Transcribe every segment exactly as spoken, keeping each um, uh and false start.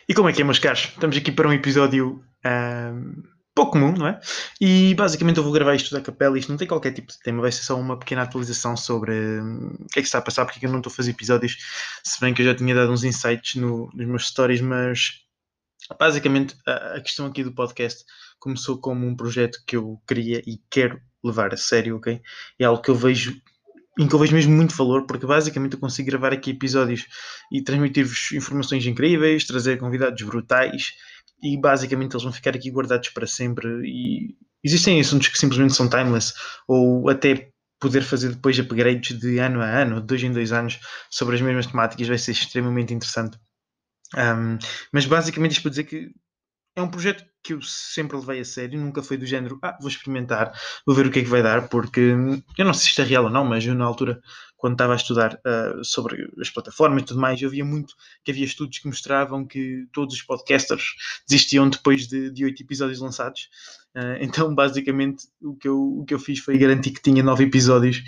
E como é que é, meus caros? Estamos aqui para um episódio ahm, pouco comum, não é? E basicamente eu vou gravar isto da capela. Isto não tem qualquer tipo de tema, vai ser só uma pequena atualização sobre hum, o que é que está a passar, porque é que eu não estou a fazer episódios. Se bem que eu já tinha dado uns insights no- nos meus stories, mas basicamente a, a questão aqui do podcast começou como um projeto que eu queria e quero levar a sério, ok? É algo que eu vejo em que eu vejo mesmo muito valor, porque basicamente eu consigo gravar aqui episódios e transmitir-vos informações incríveis, trazer convidados brutais e basicamente eles vão ficar aqui guardados para sempre. E existem assuntos que simplesmente são timeless, ou até poder fazer depois upgrades de ano a ano, de dois em dois anos, sobre as mesmas temáticas vai ser extremamente interessante. Um, mas basicamente isto para dizer que é um projeto que eu sempre levei a sério, nunca foi do género, ah, vou experimentar, vou ver o que é que vai dar, porque eu não sei se isto é real ou não, mas eu na altura, quando estava a estudar uh, sobre as plataformas e tudo mais, eu via muito que havia estudos que mostravam que todos os podcasters desistiam depois de, de oito episódios lançados. Uh, então, basicamente, o que, eu, o que eu fiz foi garantir que tinha nove episódios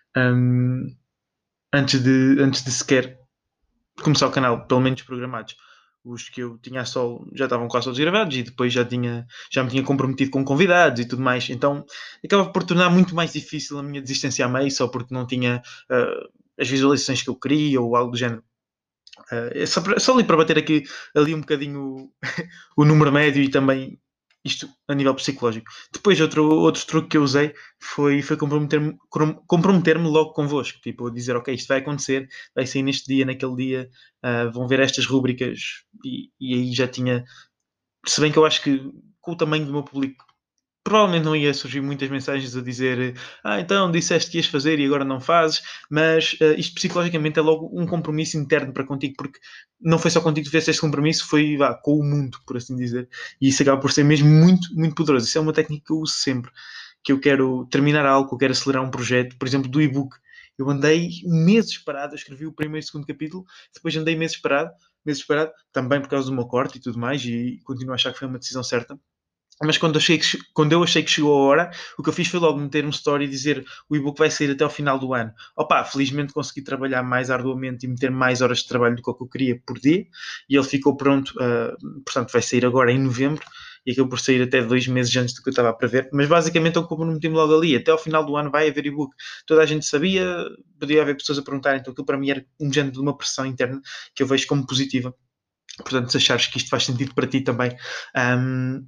um, antes, de, antes de sequer começar o canal, pelo menos programados. Os que eu tinha só já estavam quase todos gravados e depois já, tinha, já me tinha comprometido com convidados e tudo mais. Então acaba por tornar muito mais difícil a minha desistência a meio, só porque não tinha uh, as visualizações que eu queria ou algo do género. Uh, é só, só ali para bater aqui ali um bocadinho o número médio e também isto a nível psicológico. Depois, outro, outro truque que eu usei foi, foi comprometer-me comprometer logo convosco. Tipo, dizer, ok, isto vai acontecer, vai sair neste dia, naquele dia, uh, vão ver estas rúbricas e, e aí já tinha. Se bem que eu acho que com o tamanho do meu público provavelmente não ia surgir muitas mensagens a dizer ah, então disseste que ias fazer e agora não fazes, mas uh, isto psicologicamente é logo um compromisso interno para contigo, porque não foi só contigo que fizeste este compromisso, foi vá, com o mundo, por assim dizer, e isso acaba por ser mesmo muito, muito poderoso. Isso é uma técnica que eu uso sempre, que eu quero terminar algo, que eu quero acelerar um projeto, por exemplo, do e-book. Eu andei meses parado, eu escrevi o primeiro e o segundo capítulo, depois andei meses parado, meses parado, também por causa do meu corte e tudo mais, e continuo a achar que foi uma decisão certa. Mas quando eu, achei que, quando eu achei que chegou a hora, o que eu fiz foi logo meter um story e dizer o e-book vai sair até ao final do ano. Opa, felizmente consegui trabalhar mais arduamente e meter mais horas de trabalho do que eu queria por dia e ele ficou pronto, uh, portanto vai sair agora em novembro e acabou por sair até dois meses antes do que eu estava a prever. Mas basicamente eu comprometi-me logo ali, até ao final do ano vai haver e-book. Toda a gente sabia, podia haver pessoas a perguntar, então aquilo para mim era um género de uma pressão interna que eu vejo como positiva. Portanto, se achares que isto faz sentido para ti também, um,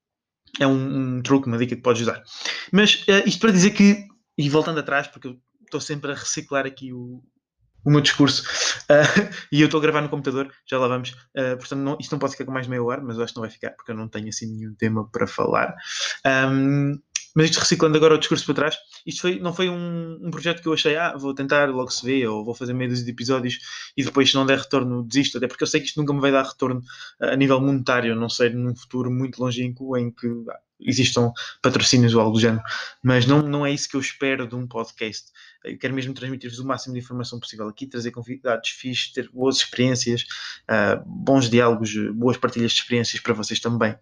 é um, um truque, uma dica que podes dar. Mas uh, isto para dizer que, e voltando atrás, porque eu estou sempre a reciclar aqui o, o meu discurso uh, e eu estou a gravar no computador, já lá vamos. Uh, portanto, não, isto não pode ficar com mais meia hora, mas eu acho que não vai ficar, porque eu não tenho assim nenhum tema para falar. Um, mas isto reciclando agora o discurso para trás, isto foi, não foi um, um projeto que eu achei, ah, vou tentar, logo se vê, ou vou fazer meia dúzia de episódios e depois, se não der retorno, desisto, até porque eu sei que isto nunca me vai dar retorno a nível monetário, não sei, num futuro muito longínquo em que ah, existam patrocínios ou algo do género, mas não, não é isso que eu espero de um podcast. Eu quero mesmo transmitir-vos o máximo de informação possível aqui, trazer convidados fixos, ter boas experiências, uh, bons diálogos, boas partilhas de experiências para vocês também.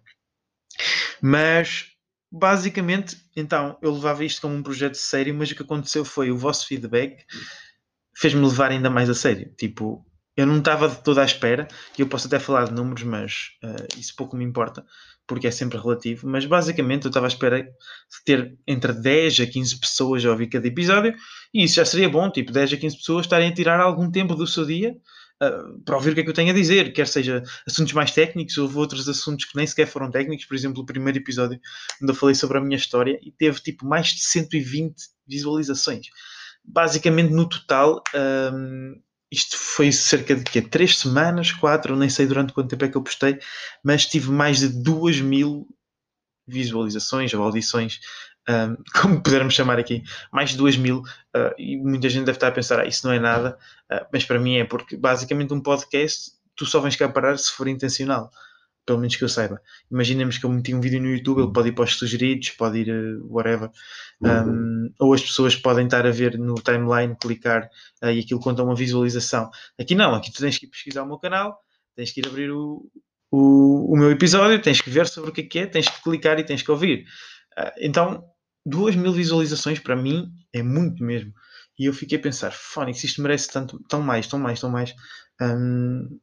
Mas, basicamente, então, eu levava isto como um projeto sério, mas o que aconteceu foi o vosso feedback fez-me levar ainda mais a sério. Tipo, eu não estava de toda à espera, e eu posso até falar de números, mas uh, isso pouco me importa, porque é sempre relativo. Mas basicamente eu estava à espera de ter entre dez a quinze pessoas a ouvir cada episódio, e isso já seria bom, tipo, dez a quinze pessoas estarem a tirar algum tempo do seu dia uh, para ouvir o que é que eu tenho a dizer, quer seja assuntos mais técnicos, houve outros assuntos que nem sequer foram técnicos, por exemplo, o primeiro episódio onde eu falei sobre a minha história e teve tipo mais de cento e vinte visualizações. Basicamente, no total, um, isto foi cerca de quê? Três semanas, quatro, nem sei durante quanto tempo é que eu postei, mas tive mais de duas mil visualizações ou audições, um, como pudermos chamar aqui, mais de duas mil, uh, e muita gente deve estar a pensar, ah, isso não é nada, uh, mas para mim é porque basicamente um podcast tu só vens cá parar se for intencional, pelo menos que eu saiba. Imaginemos que eu meti um vídeo no YouTube, ele pode ir para os sugeridos, pode ir uh, whatever, um, ou as pessoas podem estar a ver no timeline, clicar uh, e aquilo conta uma visualização. Aqui não, aqui tu tens que ir pesquisar o meu canal, tens que ir abrir o, o, o meu episódio, tens que ver sobre o que é que é, tens que clicar e tens que ouvir. Uh, então, duas mil visualizações para mim é muito mesmo. E eu fiquei a pensar, Fónix, isto merece tanto, tão mais, tão mais, tão mais. Um,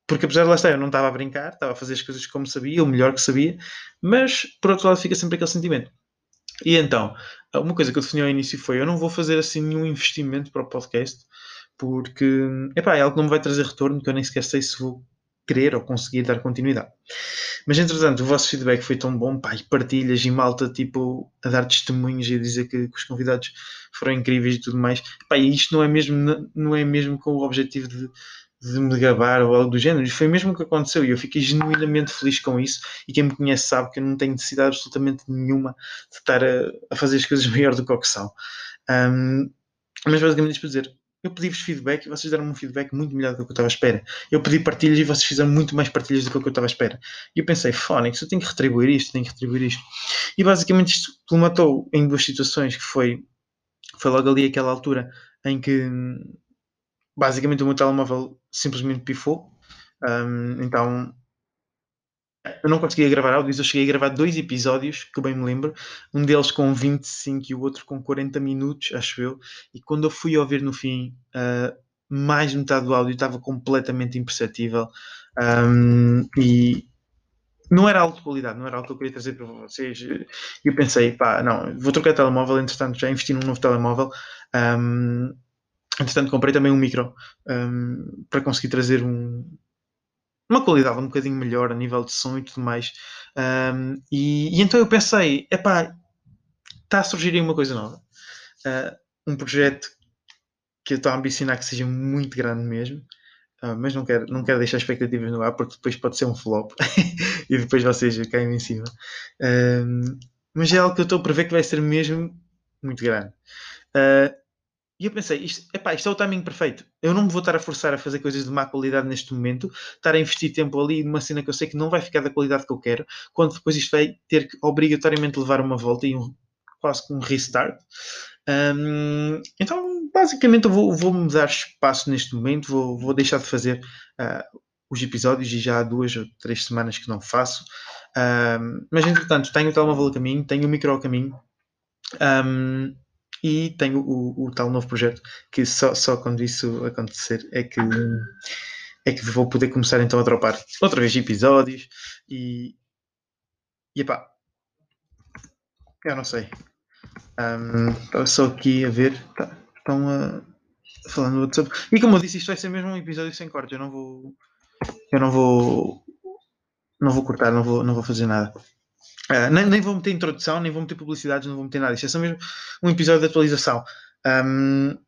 porque apesar de lá estar, eu não estava a brincar, estava a fazer as coisas como sabia, o melhor que sabia, mas por outro lado fica sempre aquele sentimento. E então, uma coisa que eu defini ao início foi: eu não vou fazer assim nenhum investimento para o podcast, porque epá, é algo que não me vai trazer retorno, que eu nem sequer sei se vou querer ou conseguir dar continuidade. Mas entretanto, o vosso feedback foi tão bom, pá, e partilhas e malta tipo a dar testemunhos e a dizer que, que os convidados foram incríveis e tudo mais. Pá, e isto não é mesmo, não é mesmo com o objetivo de, de me gabar ou algo do género. Isto foi mesmo o que aconteceu e eu fiquei genuinamente feliz com isso. E quem me conhece sabe que eu não tenho necessidade absolutamente nenhuma de estar a, a fazer as coisas maior do que o que são. Um, mas basicamente isto para dizer, eu pedi-vos feedback e vocês deram-me um feedback muito melhor do que eu estava à espera. Eu pedi partilhas e vocês fizeram muito mais partilhas do que eu estava à espera. E eu pensei, Fónix, eu tenho que retribuir isto, tenho que retribuir isto. E basicamente isto colmatou em duas situações, que foi, foi logo ali aquela altura em que basicamente o meu telemóvel simplesmente pifou. Um, então eu não conseguia gravar áudios, eu cheguei a gravar dois episódios, que eu bem me lembro, um deles com vinte e cinco e o outro com quarenta minutos, acho eu, e quando eu fui ouvir no fim, uh, mais metade do áudio estava completamente imperceptível, um, e não era algo de qualidade, não era algo que eu queria trazer para vocês, e eu pensei, pá, não, vou trocar de telemóvel, entretanto já investi num novo telemóvel, um, entretanto comprei também um micro, um, para conseguir trazer um, uma qualidade um bocadinho melhor a nível de som e tudo mais. Um, e, e então eu pensei, epá, está a surgir aí uma coisa nova. Uh, um projeto que eu estou a ambicionar que seja muito grande mesmo, uh, mas não quero, não quero deixar expectativas no ar porque depois pode ser um flop e depois vocês caem em cima. Um, mas é algo que eu estou a prever que vai ser mesmo muito grande. Uh, E eu pensei, isto, epá, isto é o timing perfeito. Eu não me vou estar a forçar a fazer coisas de má qualidade neste momento, estar a investir tempo ali numa cena que eu sei que não vai ficar da qualidade que eu quero, quando depois isto vai ter que obrigatoriamente levar uma volta e um, quase que um restart. Um, então, basicamente, eu vou, vou-me dar espaço neste momento, vou, vou deixar de fazer uh, os episódios e já há duas ou três semanas que não faço. Um, mas, entretanto, tenho o telemóvel a caminho, tenho o micro a caminho. Um, e tenho o, o tal novo projeto que só, só quando isso acontecer é que, é que vou poder começar então a dropar outra vez episódios e, e epá, eu não sei. Um, estava só aqui a ver, tá, estão a falar no WhatsApp. E como eu disse, isto vai ser mesmo um episódio sem corte. Eu não vou, eu não vou, não vou cortar, não vou, não vou fazer nada. Uh, nem, nem vou meter introdução, nem vou meter publicidades, não vou meter nada. Isto é só mesmo um episódio de atualização. Um,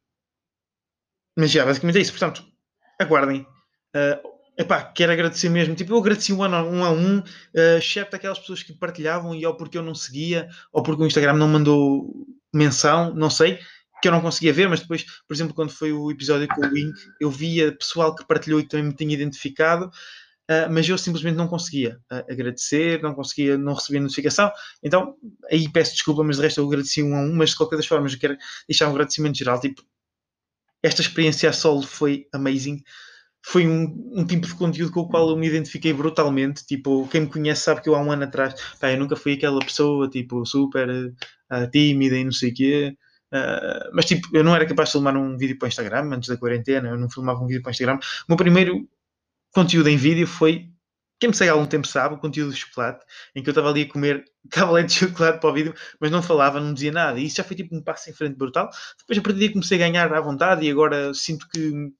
mas já, basicamente é isso. Portanto, aguardem. Uh, epá, quero agradecer mesmo. Tipo, eu agradeci um, a um a um, uh, exceto aquelas pessoas que partilhavam e ou porque eu não seguia, ou porque o Instagram não mandou menção, não sei, que eu não conseguia ver, mas depois, por exemplo, quando foi o episódio com o Wink, eu via pessoal que partilhou e que também me tinha identificado, Uh, mas eu simplesmente não conseguia uh, agradecer, não conseguia, não recebia notificação. Então, aí peço desculpa, mas de resto eu agradeci um a um, mas de qualquer das formas eu quero deixar um agradecimento geral. Tipo, esta experiência a solo foi amazing. Foi um, um tipo de conteúdo com o qual eu me identifiquei brutalmente. Tipo, quem me conhece sabe que eu há um ano atrás, pá, eu nunca fui aquela pessoa, tipo, super uh, tímida e não sei o quê. Uh, mas tipo, eu não era capaz de filmar um vídeo para o Instagram antes da quarentena, eu não filmava um vídeo para o Instagram. O meu primeiro conteúdo em vídeo foi, quem me segue há algum tempo sabe, o conteúdo de chocolate, em que eu estava ali a comer tablete de chocolate para o vídeo, mas não falava, não dizia nada. E isso já foi tipo um passo em frente brutal. Depois a partir daí comecei a ganhar à vontade e agora sinto que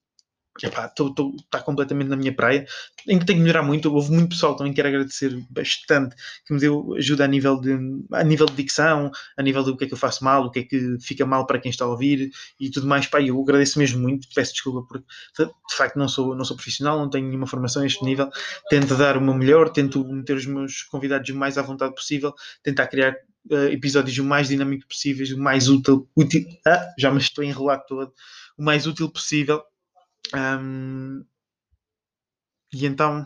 está completamente na minha praia, em que tenho que melhorar muito. Houve muito pessoal também que quero agradecer bastante, que me deu ajuda a nível de, a nível de dicção, a nível do que é que eu faço mal, o que é que fica mal para quem está a ouvir e tudo mais. Pá, eu agradeço mesmo muito, peço desculpa porque de facto não sou, não sou profissional, não tenho nenhuma formação a este nível, tento dar o meu melhor, tento meter os meus convidados o mais à vontade possível, tentar criar uh, episódios o mais dinâmicos possíveis, o mais útil, útil ah, já me estou a enrolar todo, o mais útil possível. Um, e então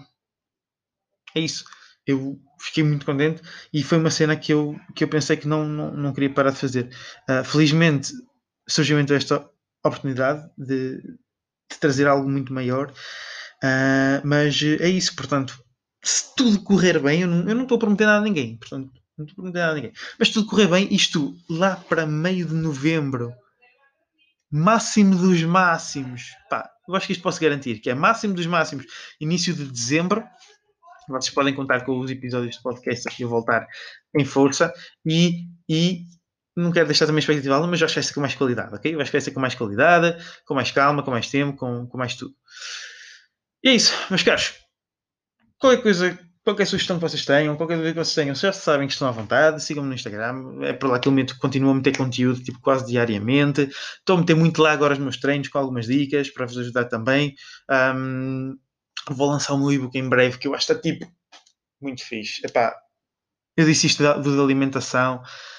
é isso. Eu fiquei muito contente e foi uma cena que eu, que eu pensei que não, não, não queria parar de fazer. Uh, felizmente surgiu então esta oportunidade de, de trazer algo muito maior, uh, mas é isso. Portanto, se tudo correr bem, eu não, eu não estou a prometer nada a ninguém. Portanto, não estou a prometer nada a ninguém. Mas se tudo correr bem, isto lá para meio de novembro, máximo dos máximos. Pá, eu acho que isto posso garantir, que é máximo dos máximos, início de dezembro. Vocês podem contar com os episódios de podcast aqui a voltar em força e, e não quero deixar também expectativa alta, mas eu acho que vai ser com mais qualidade, ok? Eu acho que vai ser com mais qualidade, com mais calma, com mais tempo, com, com mais tudo. E é isso, meus caros. Qualquer coisa, qualquer sugestão que vocês tenham, qualquer coisa que vocês tenham, já sabem que estão à vontade, sigam-me no Instagram, é por lá que eu meto, continuo a meter conteúdo tipo, quase diariamente. Estou a meter muito lá agora os meus treinos com algumas dicas para vos ajudar também. Um, vou lançar um meu e-book em breve que eu acho que está tipo muito fixe. Epá, eu disse isto da, da alimentação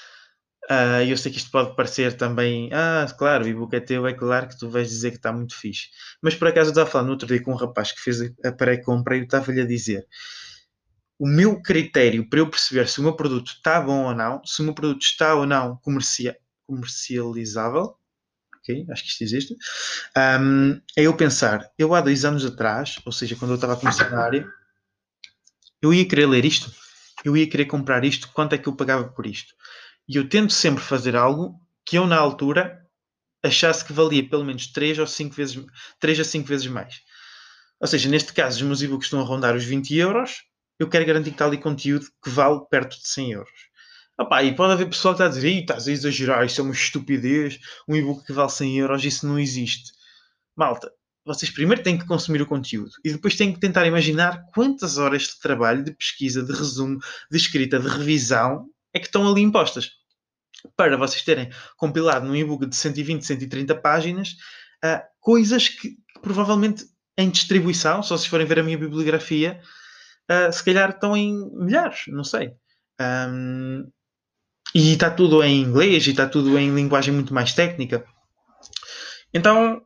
e uh, eu sei que isto pode parecer também, ah, claro, o e-book é teu, é claro que tu vais dizer que está muito fixe. Mas por acaso eu estava a falar no outro dia com um rapaz que fez a pré-compra e eu estava-lhe a dizer o meu critério para eu perceber se o meu produto está bom ou não, se o meu produto está ou não comercia, comercializável, ok, acho que isto existe, um, é eu pensar, eu há dois anos atrás, ou seja, quando eu estava a começar na área, eu ia querer ler isto, eu ia querer comprar isto, quanto é que eu pagava por isto? E eu tento sempre fazer algo que eu, na altura, achasse que valia pelo menos três ou cinco vezes, três a cinco vezes mais. Ou seja, neste caso, os meus e-books estão a rondar os vinte euros, eu quero garantir que está ali conteúdo que vale perto de cem euros. Opa, e pode haver pessoal que está a dizer, estás a exagerar, isso é uma estupidez, um e-book que vale cem euros, isso não existe. Malta, vocês primeiro têm que consumir o conteúdo e depois têm que tentar imaginar quantas horas de trabalho, de pesquisa, de resumo, de escrita, de revisão é que estão ali impostas. Para vocês terem compilado num e-book de cento e vinte, cento e trinta páginas, uh, coisas que, que provavelmente em distribuição, só se forem ver a minha bibliografia, uh, se calhar estão em milhares, não sei. Um, e está tudo em inglês e está tudo em linguagem muito mais técnica. Então,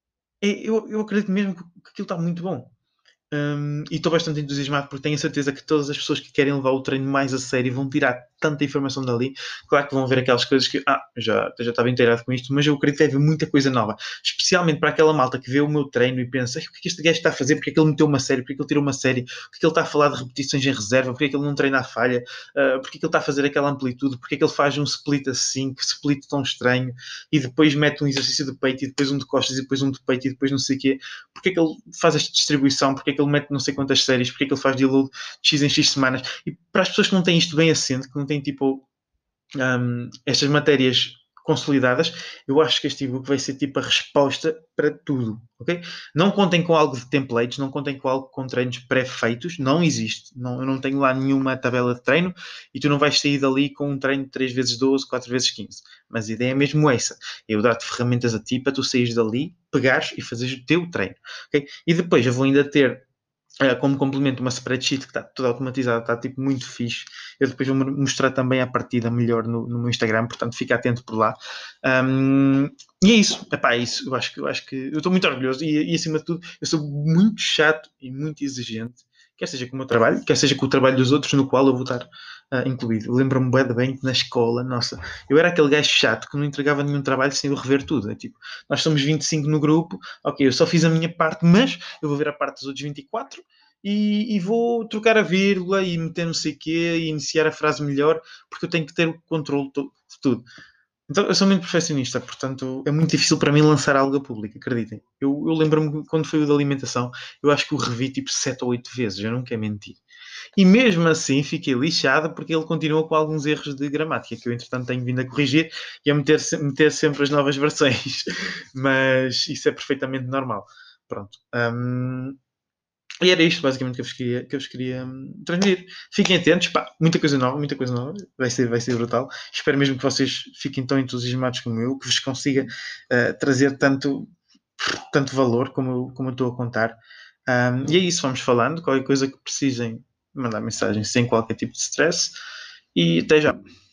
eu, eu acredito mesmo que aquilo está muito bom. Um, e estou bastante entusiasmado porque tenho a certeza que todas as pessoas que querem levar o treino mais a sério vão tirar tanta informação dali. Claro que vão ver aquelas coisas que ah, já, já estava inteirado com isto, mas eu acredito que vai haver muita coisa nova, especialmente para aquela malta que vê o meu treino e pensa: o que é que este gajo está a fazer, porque é que ele meteu uma série, porque é que ele tirou uma série, porque é que ele está a falar de repetições em reserva, porque é que ele não treina à falha, uh, porque é que ele está a fazer aquela amplitude, porque é que ele faz um split assim, que split tão estranho, e depois mete um exercício de peito e depois um de costas e depois um de peito e depois não sei o quê, porque é que ele faz esta distribuição, porque é que ele mete não sei quantas séries, porque é que ele faz deload de X em X semanas. E para as pessoas que não têm isto bem assente, que não têm tipo um, estas matérias consolidadas, eu acho que este e-book vai ser tipo a resposta para tudo, ok? Não contem com algo de templates, não contem com algo com treinos pré-feitos, não existe. Não, eu não tenho lá nenhuma tabela de treino e tu não vais sair dali com um treino de três vezes doze, quatro vezes quinze. Mas a ideia é mesmo essa. Eu dar-te ferramentas a ti para tu saíres dali, pegares e fazeres o teu treino, ok? E depois eu vou ainda ter Uh, como complemento uma spreadsheet que está toda automatizada, está tipo muito fixe. Eu depois vou mostrar também a partida melhor no, no meu Instagram, portanto fica atento por lá. Um, e é isso, epá, é isso. Eu acho que eu acho que eu estou muito orgulhoso e, e acima de tudo eu sou muito chato e muito exigente, quer seja com o meu trabalho, quer seja com o trabalho dos outros no qual eu vou estar uh, incluído. Lembro-me bem, bem que na escola, nossa, eu era aquele gajo chato que não entregava nenhum trabalho sem eu rever tudo. É tipo, nós somos vinte e cinco no grupo, ok, eu só fiz a minha parte, mas eu vou ver a parte dos outros vinte e quatro e, e vou trocar a vírgula e meter não sei o quê e iniciar a frase melhor, porque eu tenho que ter o controle de tudo. Então, eu sou muito perfeccionista, portanto, é muito difícil para mim lançar algo a público, acreditem. Eu, eu lembro-me quando foi o da alimentação, eu acho que o revi tipo sete ou oito vezes, eu não quero mentir. E mesmo assim fiquei lixado porque ele continua com alguns erros de gramática que eu entretanto tenho vindo a corrigir e a meter, meter sempre as novas versões. Mas isso é perfeitamente normal. Pronto. Um, e era isto basicamente que eu vos queria, que eu vos queria um, transmitir. Fiquem atentos, pá, muita coisa nova, muita coisa nova, vai ser, vai ser brutal. Espero mesmo que vocês fiquem tão entusiasmados como eu, que vos consiga uh, trazer tanto, tanto valor como eu, como eu estou a contar. Um, e é isso, vamos falando. Qualquer coisa que precisem, mandar mensagem sem qualquer tipo de stress. E até já.